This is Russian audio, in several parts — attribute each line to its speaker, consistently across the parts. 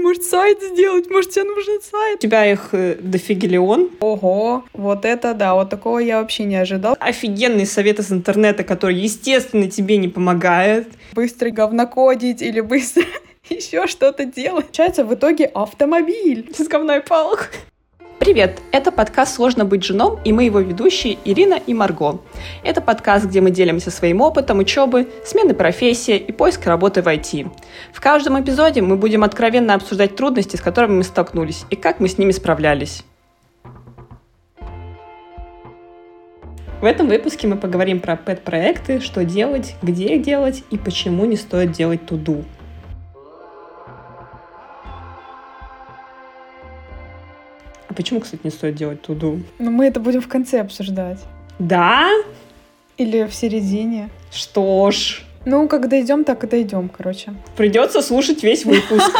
Speaker 1: может, сайт сделать, может, тебе нужен сайт.
Speaker 2: У тебя их дофигелион.
Speaker 1: Ого, вот это да, вот такого я вообще не ожидал.
Speaker 2: Офигенный совет из интернета, который, естественно, тебе не помогает.
Speaker 1: Быстро говнокодить или быстро еще что-то делать. Получается, в итоге автомобиль.
Speaker 2: С говной палок. Привет! Это подкаст «Сложно быть женом», и мы его ведущие Ирина и Марго. Это подкаст, где мы делимся своим опытом учебы, смены профессии и поиска работы в IT. В каждом эпизоде мы будем откровенно обсуждать трудности, с которыми мы столкнулись, и как мы с ними справлялись. В этом выпуске мы поговорим про пэт-проекты, что делать, где делать и почему не стоит делать to-do. А почему, кстати, не стоит делать to-do?
Speaker 1: Но мы это будем в конце обсуждать.
Speaker 2: Да?
Speaker 1: Или в середине.
Speaker 2: Что ж.
Speaker 1: Ну, как дойдем, так и дойдем, короче.
Speaker 2: Придется слушать весь выпуск.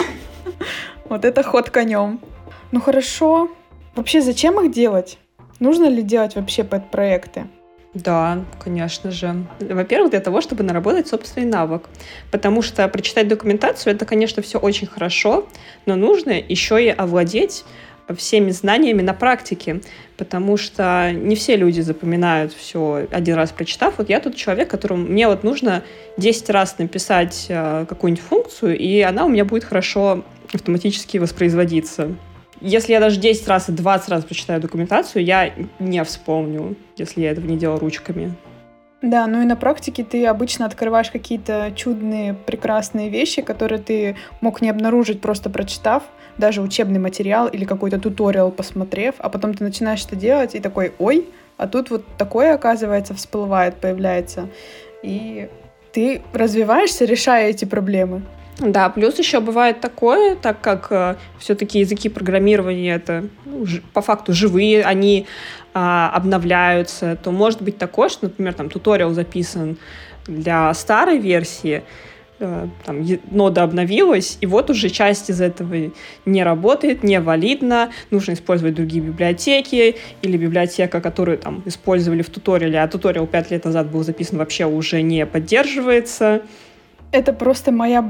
Speaker 1: Вот это ход конем. Ну хорошо. Вообще, зачем их делать? Нужно ли делать вообще пэт-проекты?
Speaker 2: Да, конечно же. Во-первых, для того, чтобы наработать собственный навык. Потому что прочитать документацию — это, конечно, все очень хорошо, но нужно еще и овладеть всеми знаниями на практике, потому что не все люди запоминают все один раз прочитав. Вот я тут человек, которому мне вот нужно 10 раз написать какую-нибудь функцию, и она у меня будет хорошо автоматически воспроизводиться. Если я даже 10 раз и 20 раз прочитаю документацию, я не вспомню, если я этого не делала ручками.
Speaker 1: Да, ну и на практике ты обычно открываешь какие-то чудные, прекрасные вещи, которые ты мог не обнаружить, просто прочитав, даже учебный материал или какой-то туториал посмотрев, а потом ты начинаешь это делать и такой, ой, а тут вот такое, оказывается, всплывает, появляется. И ты развиваешься, решая эти проблемы.
Speaker 2: Да, плюс еще бывает такое, так как все-таки языки программирования это по факту живые, они обновляются, то может быть такое, что, например, там туториал записан для старой версии, там, нода обновилась, и вот уже часть из этого не работает, не валидна, нужно использовать другие библиотеки, или библиотека, которую там использовали в туториале, а туториал 5 лет назад был записан, вообще уже не поддерживается.
Speaker 1: Это просто моя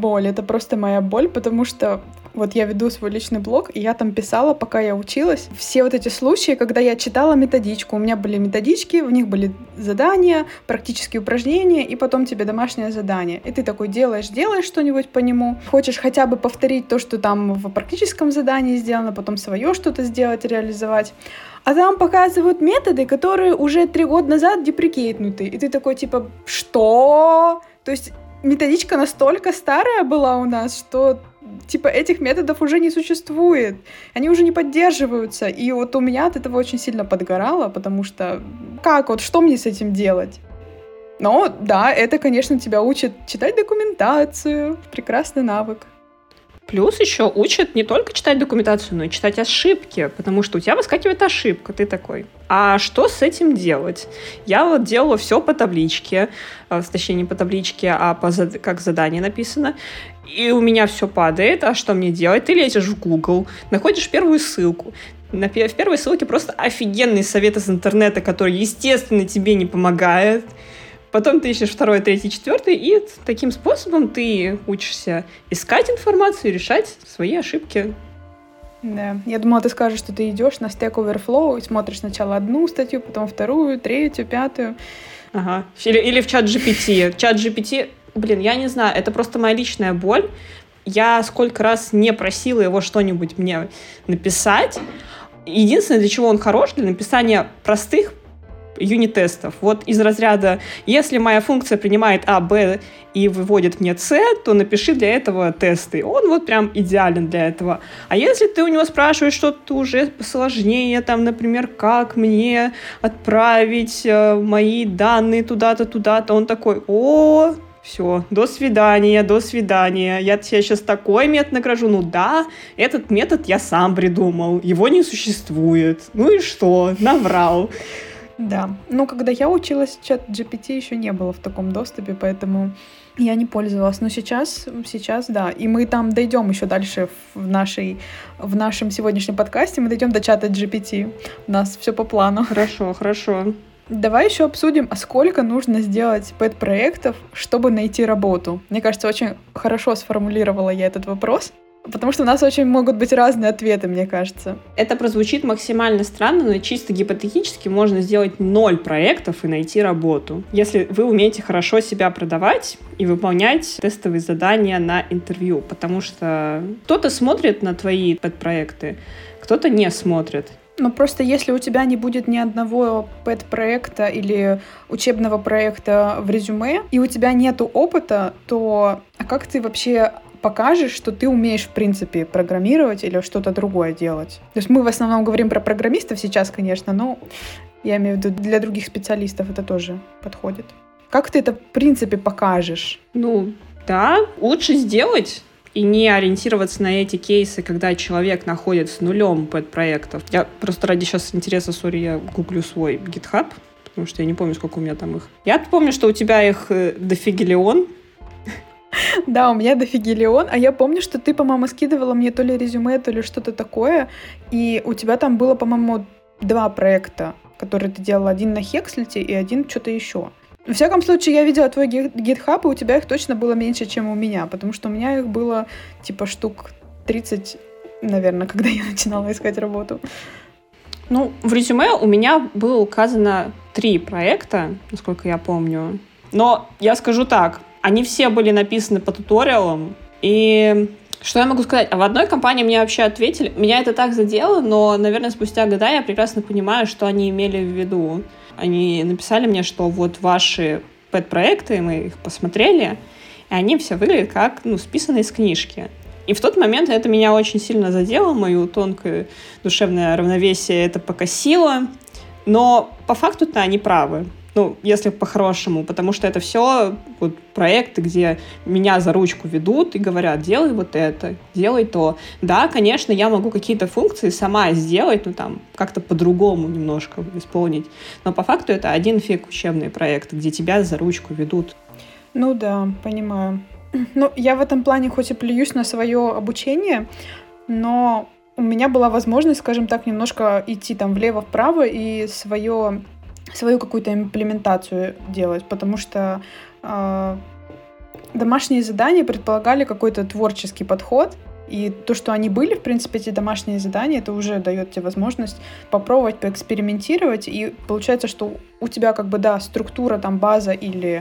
Speaker 1: боль, потому что вот я веду свой личный блог, и я там писала, пока я училась, все вот эти случаи, когда я читала методичку. У меня были методички, в них были задания, практические упражнения, и потом тебе домашнее задание. И ты такой делаешь что-нибудь по нему, хочешь хотя бы повторить то, что там в практическом задании сделано, потом свое что-то сделать, реализовать. А там показывают методы, которые уже 3 года назад деприкейтнуты. И ты такой типа, что? То есть методичка настолько старая была у нас, что типа этих методов уже не существует. Они уже не поддерживаются. И вот у меня от этого очень сильно подгорало, потому что что мне с этим делать? Но да, это, конечно, тебя учит читать документацию. Прекрасный навык.
Speaker 2: Плюс еще учат не только читать документацию, но и читать ошибки, потому что у тебя выскакивает ошибка, ты такой, а что с этим делать? Я вот делала все по табличке, точнее не по табличке, а как задание написано, и у меня все падает, а что мне делать? Ты лезешь в Google, находишь первую ссылку, в первой ссылке просто офигенный совет из интернета, который, естественно, тебе не помогает. Потом ты ищешь 2, 3, 4, и таким способом ты учишься искать информацию и решать свои ошибки.
Speaker 1: Да, я думала, ты скажешь, что ты идешь на Stack Overflow и смотришь сначала одну статью, потом 2, 3, 5.
Speaker 2: Ага. Или в ChatGPT. ChatGPT, я не знаю, это просто моя личная боль. Я сколько раз не просила его что-нибудь мне написать. Единственное, для чего он хорош, для написания простых юнит-тестов. Вот из разряда, если моя функция принимает А, Б и выводит мне С, то напиши для этого тесты. Он вот прям идеален для этого. А если ты у него спрашиваешь что-то уже посложнее, там, например, как мне отправить мои данные туда-то, туда-то, он такой, все, до свидания, я тебе сейчас такой метод награжу. Ну да, этот метод я сам придумал, его не существует. Ну и что, наврал.
Speaker 1: Да, когда я училась, ChatGPT еще не было в таком доступе, поэтому я не пользовалась. Но сейчас, да. И мы там дойдем еще дальше в нашем сегодняшнем подкасте, мы дойдем до чата GPT. У нас все по плану.
Speaker 2: Хорошо.
Speaker 1: Давай еще обсудим, а сколько нужно сделать пэт-проектов, чтобы найти работу. Мне кажется, очень хорошо сформулировала я этот вопрос. Потому что у нас очень могут быть разные ответы, мне кажется.
Speaker 2: Это прозвучит максимально странно, но чисто гипотетически можно сделать 0 проектов и найти работу. Если вы умеете хорошо себя продавать и выполнять тестовые задания на интервью. Потому что кто-то смотрит на твои пэт-проекты, кто-то не смотрит.
Speaker 1: Но просто если у тебя не будет ни одного пэт-проекта или учебного проекта в резюме, и у тебя нету опыта, то как ты вообще покажешь, что ты умеешь, в принципе, программировать или что-то другое делать? То есть мы в основном говорим про программистов сейчас, конечно, но я имею в виду для других специалистов это тоже подходит. Как ты это, в принципе, покажешь?
Speaker 2: Ну, да, лучше сделать и не ориентироваться на эти кейсы, когда человек находит с нулем пэт-проектов. Я просто ради сейчас интереса, я гуглю свой GitHub, потому что я не помню, сколько у меня там их. Я помню, что у тебя их дофигелион.
Speaker 1: Да, у меня дофигелион, а я помню, что ты, по-моему, скидывала мне то ли резюме, то ли что-то такое, и у тебя там было, по-моему, 2 проекта, которые ты делала, один на Хекслите и один что-то еще. Во всяком случае, я видела твой GitHub, и у тебя их точно было меньше, чем у меня, потому что у меня их было, типа, штук 30, наверное, когда я начинала искать работу.
Speaker 2: Ну, в резюме у меня было указано 3 проекта, насколько я помню. Но я скажу так, они все были написаны по туториалам, и что я могу сказать? А в одной компании мне вообще ответили, меня это так задело, но, наверное, спустя года я прекрасно понимаю, что они имели в виду. Они написали мне, что вот ваши пэт-проекты, мы их посмотрели, и они все выглядят как, списанные из книжки. И в тот момент это меня очень сильно задело, мое тонкое душевное равновесие это покосило, но по факту-то они правы. Если по-хорошему, потому что это все проекты, где меня за ручку ведут и говорят, делай вот это, делай то. Да, конечно, я могу какие-то функции сама сделать, как-то по-другому немножко исполнить. Но по факту это один фиг учебный проект, где тебя за ручку ведут.
Speaker 1: Ну да, понимаю. Я в этом плане хоть и плююсь на свое обучение, но у меня была возможность, скажем так, немножко идти влево-вправо и свою какую-то имплементацию делать, потому что домашние задания предполагали какой-то творческий подход, и то, что они были, в принципе, эти домашние задания, это уже дает тебе возможность попробовать, поэкспериментировать, и получается, что у тебя структура, база или,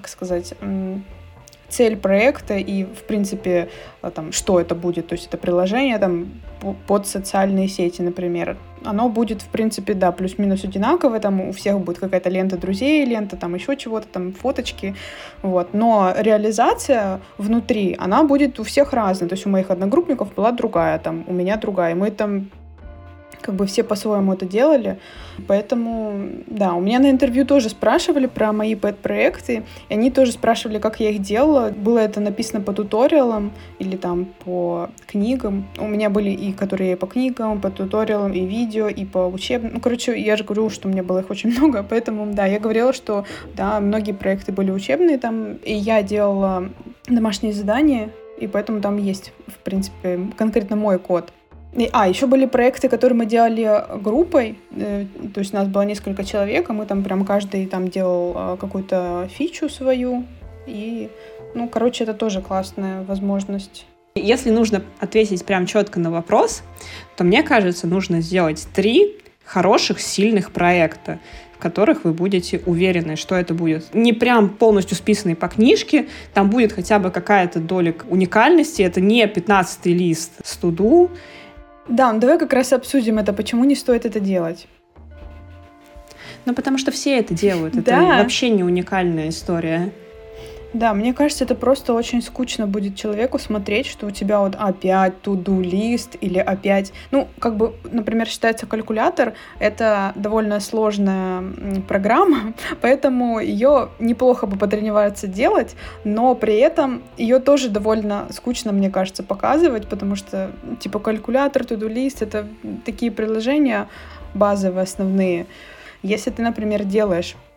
Speaker 1: цель проекта и, в принципе, что это будет. То есть это приложение под социальные сети, например. Оно будет, в принципе, плюс-минус одинаковое. У всех будет какая-то лента друзей, лента еще чего-то, фоточки. Вот. Но реализация внутри, она будет у всех разная. То есть у моих одногруппников была другая, у меня другая. И мы все по-своему это делали. Поэтому, да, у меня на интервью тоже спрашивали про мои пэт-проекты, и они тоже спрашивали, как я их делала. Было это написано по туториалам или по книгам. У меня были и которые по книгам, по туториалам, и видео, и по учебным. Я же говорю, что у меня было их очень много, поэтому, да, я говорила, что, да, многие проекты были учебные и я делала домашние задания, и поэтому там есть, в принципе, конкретно мой код. Еще были проекты, которые мы делали группой, то есть у нас было несколько человек, и мы прям каждый делал какую-то фичу свою, и, это тоже классная возможность.
Speaker 2: Если нужно ответить прям четко на вопрос, то, мне кажется, нужно сделать 3 хороших, сильных проекта, в которых вы будете уверены, что это будет не прям полностью списанный по книжке, там будет хотя бы какая-то доля уникальности, это не 15-й лист с to-do.
Speaker 1: Да, давай как раз обсудим это, почему не стоит это делать.
Speaker 2: Потому что все это делают, это вообще не уникальная история.
Speaker 1: Да, мне кажется, это просто очень скучно будет человеку смотреть, что у тебя опять to-do лист или опять... например, считается калькулятор, это довольно сложная программа, поэтому ее неплохо бы потренироваться делать, но при этом ее тоже довольно скучно, мне кажется, показывать, потому что, калькулятор, to-do лист — это такие приложения базовые, основные. Если ты, например, делаешь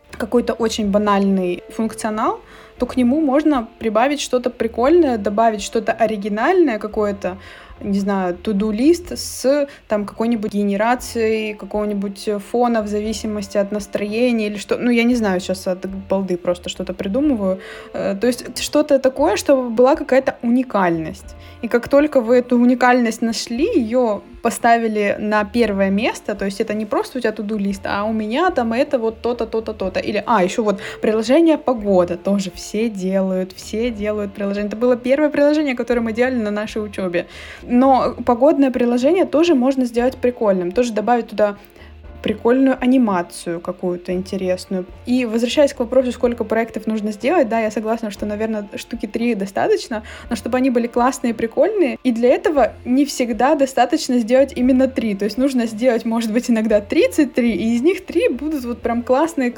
Speaker 1: какой-то очень банальный функционал, то к нему можно прибавить что-то прикольное, добавить что-то оригинальное какое-то, не знаю, to-do-лист с там какой-нибудь генерацией какого-нибудь фона в зависимости от настроения или что. Ну, я не знаю, сейчас от балды просто что-то придумываю. То есть что-то такое, чтобы была какая-то уникальность. И как только вы эту уникальность нашли, ее поставили на первое место, то есть это не просто у тебя to-do-лист, а у меня там это вот то-то, то-то, то-то. Или, еще вот приложение «Погода» тоже все делают приложение. Это было первое приложение, которое мы делали на нашей учебе. Но погодное приложение тоже можно сделать прикольным, тоже добавить туда прикольную анимацию какую-то интересную. И возвращаясь к вопросу, сколько проектов нужно сделать, да, я согласна, что, наверное, штуки 3 достаточно, но чтобы они были классные и прикольные, и для этого не всегда достаточно сделать именно 3, то есть нужно сделать, может быть, иногда 33, и из них 3 будут вот прям классные,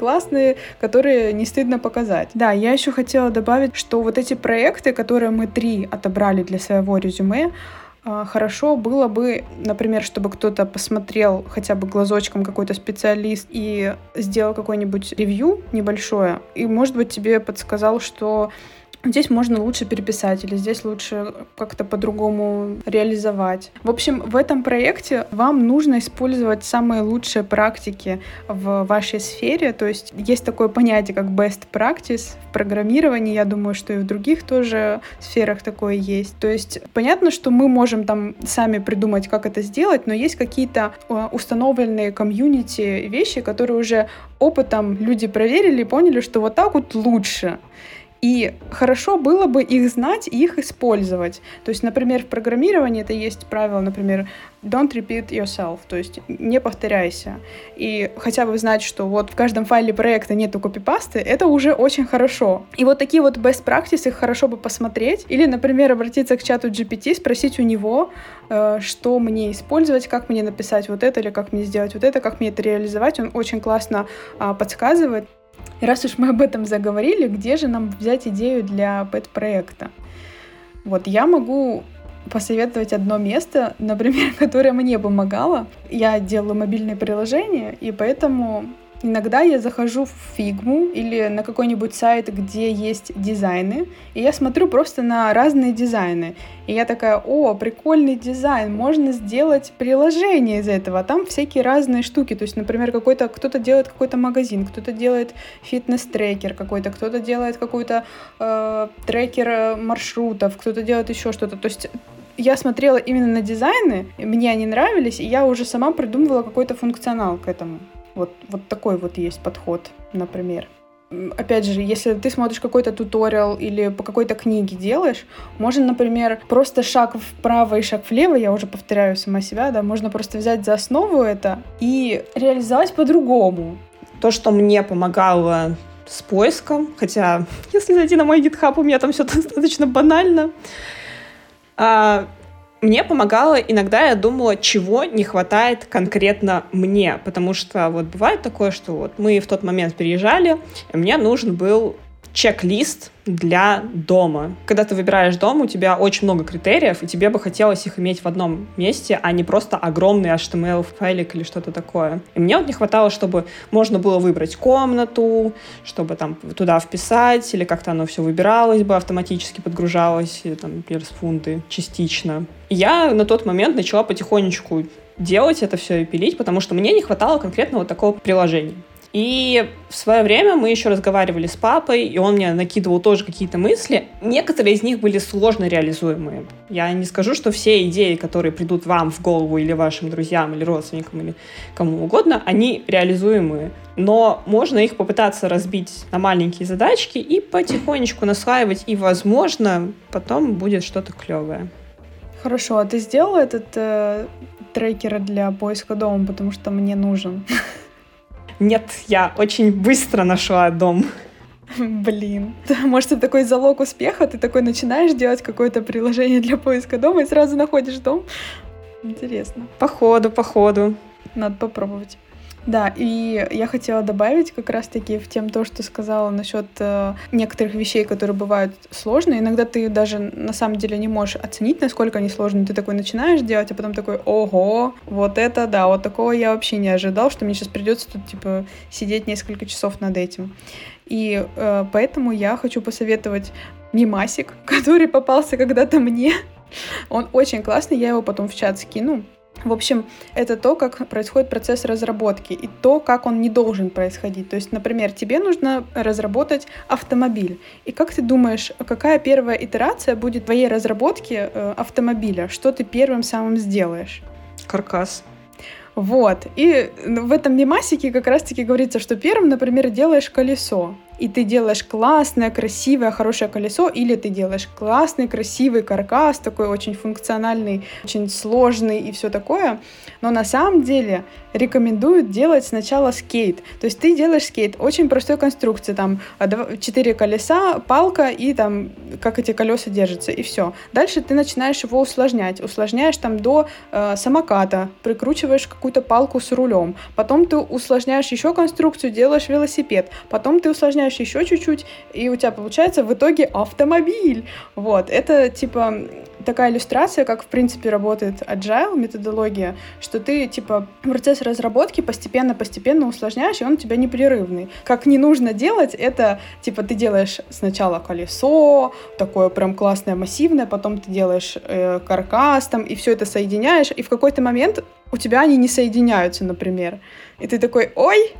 Speaker 1: которые не стыдно показать. Да, я еще хотела добавить, что вот эти проекты, которые мы 3 отобрали для своего резюме, хорошо было бы, например, чтобы кто-то посмотрел хотя бы глазочком, какой-то специалист, и сделал какое-нибудь ревью небольшое, и, может быть, тебе подсказал, что здесь можно лучше переписать, или здесь лучше как-то по-другому реализовать. В общем, в этом проекте вам нужно использовать самые лучшие практики в вашей сфере. То есть есть такое понятие, как best practice в программировании. Я думаю, что и в других тоже сферах такое есть. То есть понятно, что мы можем там сами придумать, как это сделать, но есть какие-то установленные комьюнити вещи, которые уже опытом люди проверили и поняли, что вот так вот лучше. И хорошо было бы их знать и их использовать. То есть, например, в программировании это есть правило, например, don't repeat yourself, то есть не повторяйся. И хотя бы знать, что вот в каждом файле проекта нету копипасты, это уже очень хорошо. И вот такие вот best practices, их хорошо бы посмотреть. Или, например, обратиться к чату GPT, спросить у него, что мне использовать, как мне написать вот это, или как мне сделать вот это, как мне это реализовать. Он очень классно подсказывает. И раз уж мы об этом заговорили, где же нам взять идею для пэт-проекта? Вот я могу посоветовать одно место, например, которое мне помогало. Я делаю мобильные приложения, и поэтому иногда я захожу в Figma или на какой-нибудь сайт, где есть дизайны, и я смотрю просто на разные дизайны. И я такая: о, прикольный дизайн, можно сделать приложение из этого. А там всякие разные штуки. То есть, например, кто-то делает какой-то магазин, кто-то делает фитнес-трекер какой-то, кто-то делает какой-то трекер маршрутов, кто-то делает еще что-то. То есть я смотрела именно на дизайны, мне они нравились, и я уже сама придумывала какой-то функционал к этому. Вот такой вот есть подход, например. Опять же, если ты смотришь какой-то туториал или по какой-то книге делаешь, можно, например, просто шаг вправо и шаг влево, я уже повторяю сама себя, да, можно просто взять за основу это и реализовать по-другому.
Speaker 2: То, что мне помогало с поиском, хотя, если зайти на мой GitHub, у меня там все достаточно банально, мне помогало иногда, я думала, чего не хватает конкретно мне, потому что вот бывает такое, что вот мы в тот момент переезжали, и мне нужен был чек-лист для дома. Когда ты выбираешь дом, у тебя очень много критериев, и тебе бы хотелось их иметь в одном месте, а не просто огромный HTML-файлик или что-то такое. И мне вот не хватало, чтобы можно было выбрать комнату, чтобы там туда вписать, или как-то оно все выбиралось бы, автоматически подгружалось, или, там, например, с фунты частично. И я на тот момент начала потихонечку делать это все и пилить, потому что мне не хватало конкретно вот такого приложения. И в свое время мы еще разговаривали с папой, и он мне накидывал тоже какие-то мысли. Некоторые из них были сложно реализуемые. Я не скажу, что все идеи, которые придут вам в голову или вашим друзьям, или родственникам, или кому угодно, они реализуемые. Но можно их попытаться разбить на маленькие задачки и потихонечку наслаивать, и, возможно, потом будет что-то клевое.
Speaker 1: Хорошо, а ты сделала этот трекер для поиска дома, потому что мне нужен?
Speaker 2: Нет, я очень быстро нашла дом.
Speaker 1: Блин. Может, это такой залог успеха? Ты такой начинаешь делать какое-то приложение для поиска дома и сразу находишь дом? Интересно.
Speaker 2: Походу.
Speaker 1: Надо попробовать. Да, и я хотела добавить как раз-таки в тем то, что сказала насчет некоторых вещей, которые бывают сложные. Иногда ты даже на самом деле не можешь оценить, насколько они сложные. Ты такой начинаешь делать, а потом такой: ого, вот это да, вот такого я вообще не ожидал, что мне сейчас придется тут типа сидеть несколько часов над этим. И поэтому я хочу посоветовать мемасик, который попался когда-то мне. Он очень классный, я его потом в чат скину. В общем, это то, как происходит процесс разработки и то, как он не должен происходить. То есть, например, тебе нужно разработать автомобиль. И как ты думаешь, какая первая итерация будет твоей разработки автомобиля? Что ты первым самым сделаешь?
Speaker 2: Каркас.
Speaker 1: Вот. И в этом мемасике как раз-таки говорится, что первым, например, делаешь колесо. И ты делаешь классное, красивое, хорошее колесо, или ты делаешь классный, красивый каркас, такой очень функциональный, очень сложный и все такое. Но на самом деле рекомендуют делать сначала скейт. То есть ты делаешь скейт очень простой конструкции, там 4 колеса, палка и там как эти колеса держатся, и все. Дальше ты начинаешь его усложняешь там до самоката, прикручиваешь какую-то палку с рулем, потом ты усложняешь еще конструкцию, делаешь велосипед, потом ты усложняешь еще чуть-чуть, и у тебя получается в итоге автомобиль. Вот, это типа такая иллюстрация, как в принципе работает agile методология, что ты типа процесс разработки постепенно усложняешь, и он у тебя непрерывный. Как не нужно делать, это типа ты делаешь сначала колесо, такое прям классное, массивное, потом ты делаешь каркас там, и все это соединяешь, и в какой-то момент у тебя они не соединяются, например. И ты такой: ой,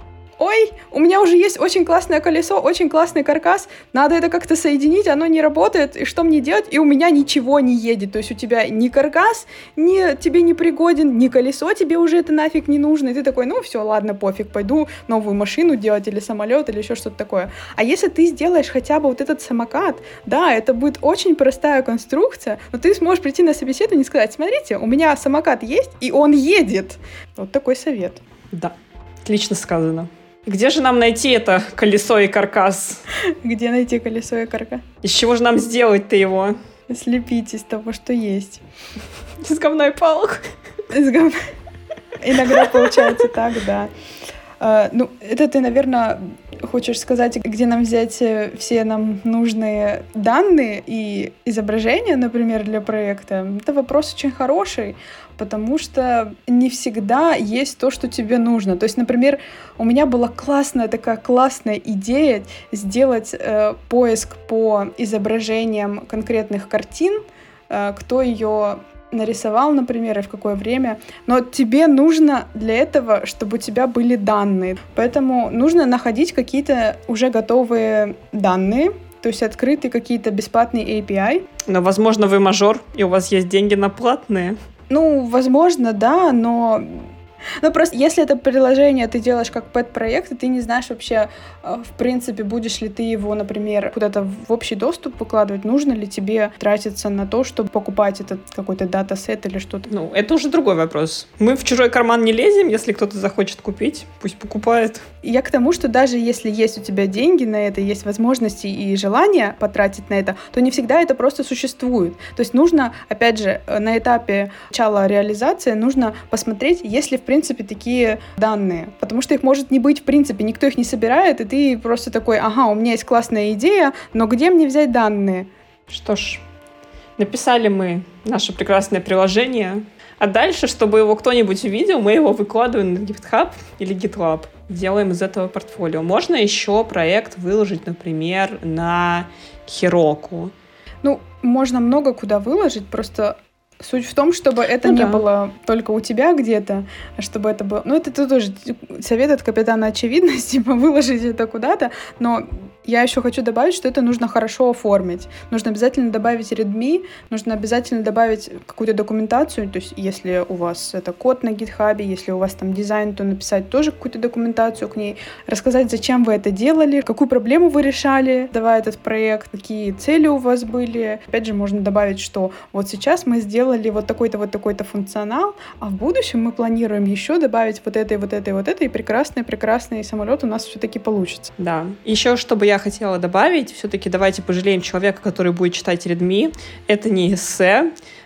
Speaker 1: у меня уже есть очень классное колесо, очень классный каркас, надо это как-то соединить, оно не работает, и что мне делать? И у меня ничего не едет, то есть у тебя ни каркас тебе не пригоден, ни колесо тебе уже это нафиг не нужно, и ты такой: ну все, ладно, пофиг, пойду новую машину делать, или самолет, или еще что-то такое. А если ты сделаешь хотя бы вот этот самокат, да, это будет очень простая конструкция, но ты сможешь прийти на собеседование и сказать: смотрите, у меня самокат есть, и он едет. Вот такой совет.
Speaker 2: Да, отлично сказано. Где же нам найти это колесо и каркас?
Speaker 1: Где найти колесо и каркас?
Speaker 2: Из чего же нам сделать-то его?
Speaker 1: Слепить из того, что есть.
Speaker 2: Из говна и палок.
Speaker 1: Иногда получается так, да. Ну, это ты, наверное, хочешь сказать, где нам взять все нам нужные данные и изображения, например, для проекта. Это вопрос очень хороший, потому что не всегда есть то, что тебе нужно. То есть, например, у меня была классная идея сделать поиск по изображениям конкретных картин, кто ее нарисовал, например, и в какое время. Но тебе нужно для этого, чтобы у тебя были данные. Поэтому нужно находить какие-то уже готовые данные, то есть открытые какие-то бесплатные API.
Speaker 2: Но, возможно, вы мажор, и у вас есть деньги на платные.
Speaker 1: Ну, возможно, да, но... Ну, просто если это приложение ты делаешь как пэт-проект, и ты не знаешь вообще, в принципе, будешь ли ты его, например, куда-то в общий доступ выкладывать, нужно ли тебе тратиться на то, чтобы покупать этот какой-то датасет или что-то.
Speaker 2: Ну, это уже другой вопрос. Мы в чужой карман не лезем, если кто-то захочет купить, пусть покупает.
Speaker 1: Я к тому, что даже если есть у тебя деньги на это, есть возможности и желание потратить на это, то не всегда это просто существует. То есть нужно, опять же, на этапе начала реализации нужно посмотреть, есть ли в принципе такие данные, потому что их может не быть в принципе, никто их не собирает, и ты просто такой: ага, у меня есть классная идея, но где мне взять данные?
Speaker 2: Что ж, написали мы наше прекрасное приложение, а дальше, чтобы его кто-нибудь увидел, мы его выкладываем на GitHub или GitLab, делаем из этого портфолио. Можно еще проект выложить, например, на Heroku.
Speaker 1: Ну, можно много куда выложить, просто суть в том, чтобы это не было только у тебя где-то, а чтобы это было... Ну, это тоже совет от капитана очевидности, типа выложить это куда-то, но я еще хочу добавить, что это нужно хорошо оформить. Нужно обязательно добавить readme, нужно обязательно добавить какую-то документацию, то есть если у вас это код на GitHub, если у вас там дизайн, то написать тоже какую-то документацию к ней, рассказать, зачем вы это делали, какую проблему вы решали, давая этот проект, какие цели у вас были. Опять же, можно добавить, что вот сейчас мы сделали вот такой-то функционал, а в будущем мы планируем еще добавить вот это, и прекрасный самолет у нас все-таки получится.
Speaker 2: Да. Еще, чтобы я хотела добавить, все-таки давайте пожалеем человека, который будет читать readme. Это не эссе,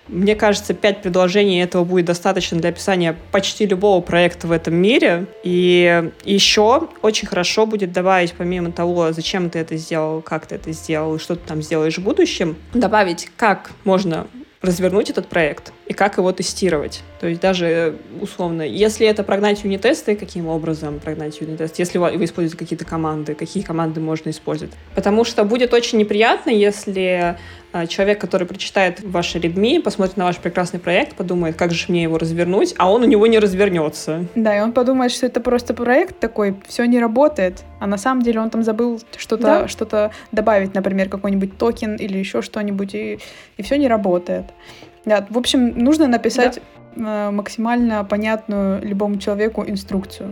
Speaker 2: Мне кажется, 5 предложений этого будет достаточно для описания почти любого проекта в этом мире. И еще очень хорошо будет добавить, помимо того, зачем ты это сделал, как ты это сделал, и что ты там сделаешь в будущем, добавить, как можно развернуть этот проект и как его тестировать. То есть даже условно, если это прогнать юнит-тесты, каким образом прогнать юнит-тест, если вы используете какие-то команды, какие команды можно использовать. Потому что будет очень неприятно, если человек, который прочитает ваше README, посмотрит на ваш прекрасный проект, подумает, как же мне его развернуть, а он у него не развернется.
Speaker 1: Да, и он подумает, что это просто проект такой, все не работает, а на самом деле он там забыл что-то добавить, например, какой-нибудь токен или еще что-нибудь, и все не работает. Да, в общем, нужно написать максимально понятную любому человеку инструкцию.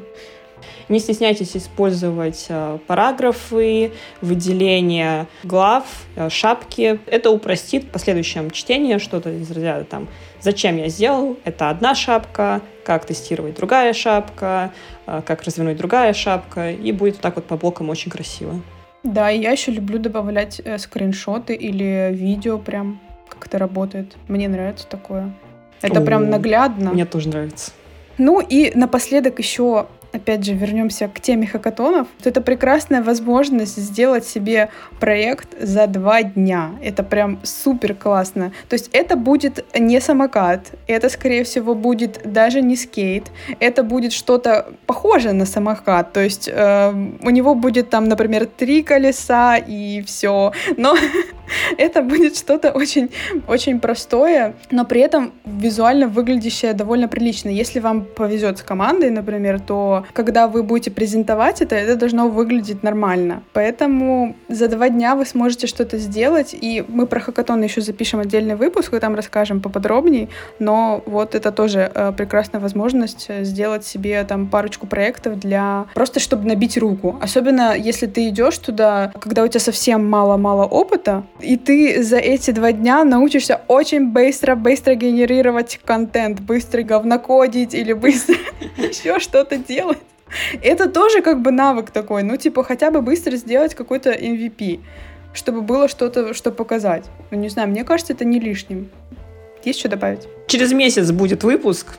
Speaker 2: Не стесняйтесь использовать параграфы, выделение глав, шапки. Это упростит в последующем чтении что-то из разряда там «Зачем я сделал?» Это одна шапка, как тестировать другая шапка, как развернуть другая шапка. И будет вот так вот по блокам очень красиво.
Speaker 1: Да, и я еще люблю добавлять скриншоты или видео прям, как это работает. Мне нравится такое. Это прям наглядно.
Speaker 2: Мне тоже нравится.
Speaker 1: Ну и напоследок еще, опять же, вернемся к теме хакатонов. Это прекрасная возможность сделать себе проект за 2 дня. Это прям супер классно. То есть это будет не самокат, это, скорее всего, будет даже не скейт. Это будет что-то похожее на самокат. То есть у него будет там, например, 3 колеса и все. Но это будет что-то очень, очень простое, но при этом визуально выглядящее довольно прилично. Если вам повезет с командой, например, то когда вы будете презентовать это должно выглядеть нормально. Поэтому за 2 дня вы сможете что-то сделать, и мы про хакатон еще запишем отдельный выпуск, и там расскажем поподробнее, но вот это тоже прекрасная возможность сделать себе там парочку проектов для просто чтобы набить руку. Особенно если ты идешь туда, когда у тебя совсем мало опыта, и ты за эти 2 дня научишься очень быстро генерировать контент, быстро говнокодить или быстро еще что-то делать. Это тоже как бы навык такой, ну типа хотя бы быстро сделать какой-то MVP, чтобы было что-то, что показать. Ну не знаю, мне кажется, это не лишним. Есть что добавить?
Speaker 2: Через месяц будет выпуск.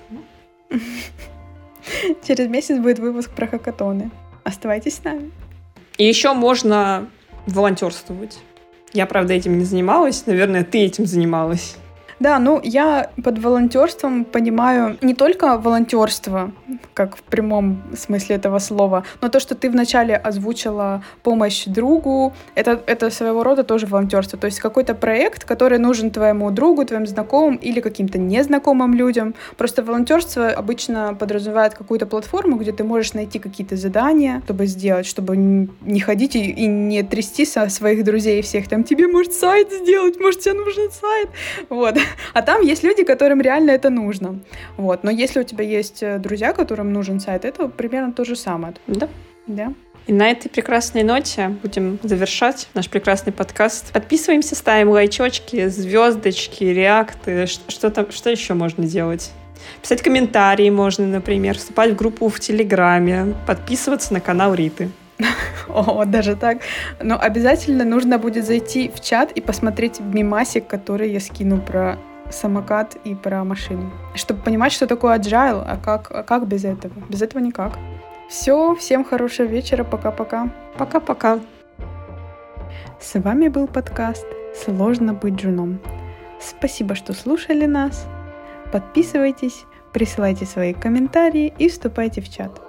Speaker 1: Через месяц будет выпуск про хакатоны. Оставайтесь с нами.
Speaker 2: И еще можно волонтерствовать. Я, правда, этим не занималась. Наверное, ты этим занималась.
Speaker 1: Да, ну я под волонтерством понимаю не только волонтерство, как в прямом смысле этого слова, но то, что ты вначале озвучила помощь другу, это своего рода тоже волонтерство. То есть какой-то проект, который нужен твоему другу, твоим знакомым или каким-то незнакомым людям. Просто волонтерство обычно подразумевает какую-то платформу, где ты можешь найти какие-то задания, чтобы сделать, чтобы не ходить и не трясти со своих друзей всех, там, тебе, может, сайт сделать, может, тебе нужен сайт. Вот. А там есть люди, которым реально это нужно. Вот. Но если у тебя есть друзья, которым нужен сайт, это примерно то же самое.
Speaker 2: Да.
Speaker 1: Да.
Speaker 2: И на этой прекрасной ноте будем завершать наш прекрасный подкаст. Подписываемся, ставим лайчочки, звездочки, реакты. Что еще можно делать? Писать комментарии можно, например, вступать в группу в Телеграме, подписываться на канал Риты.
Speaker 1: О, даже так. Но обязательно нужно будет зайти в чат и посмотреть мемасик, который я скину про самокат и про машину. Чтобы понимать, что такое agile, а как без этого? Без этого никак. Все, всем хорошего вечера, пока-пока.
Speaker 2: Пока-пока.
Speaker 1: С вами был подкаст «Сложно быть джуном». Спасибо, что слушали нас. Подписывайтесь, присылайте свои комментарии и вступайте в чат.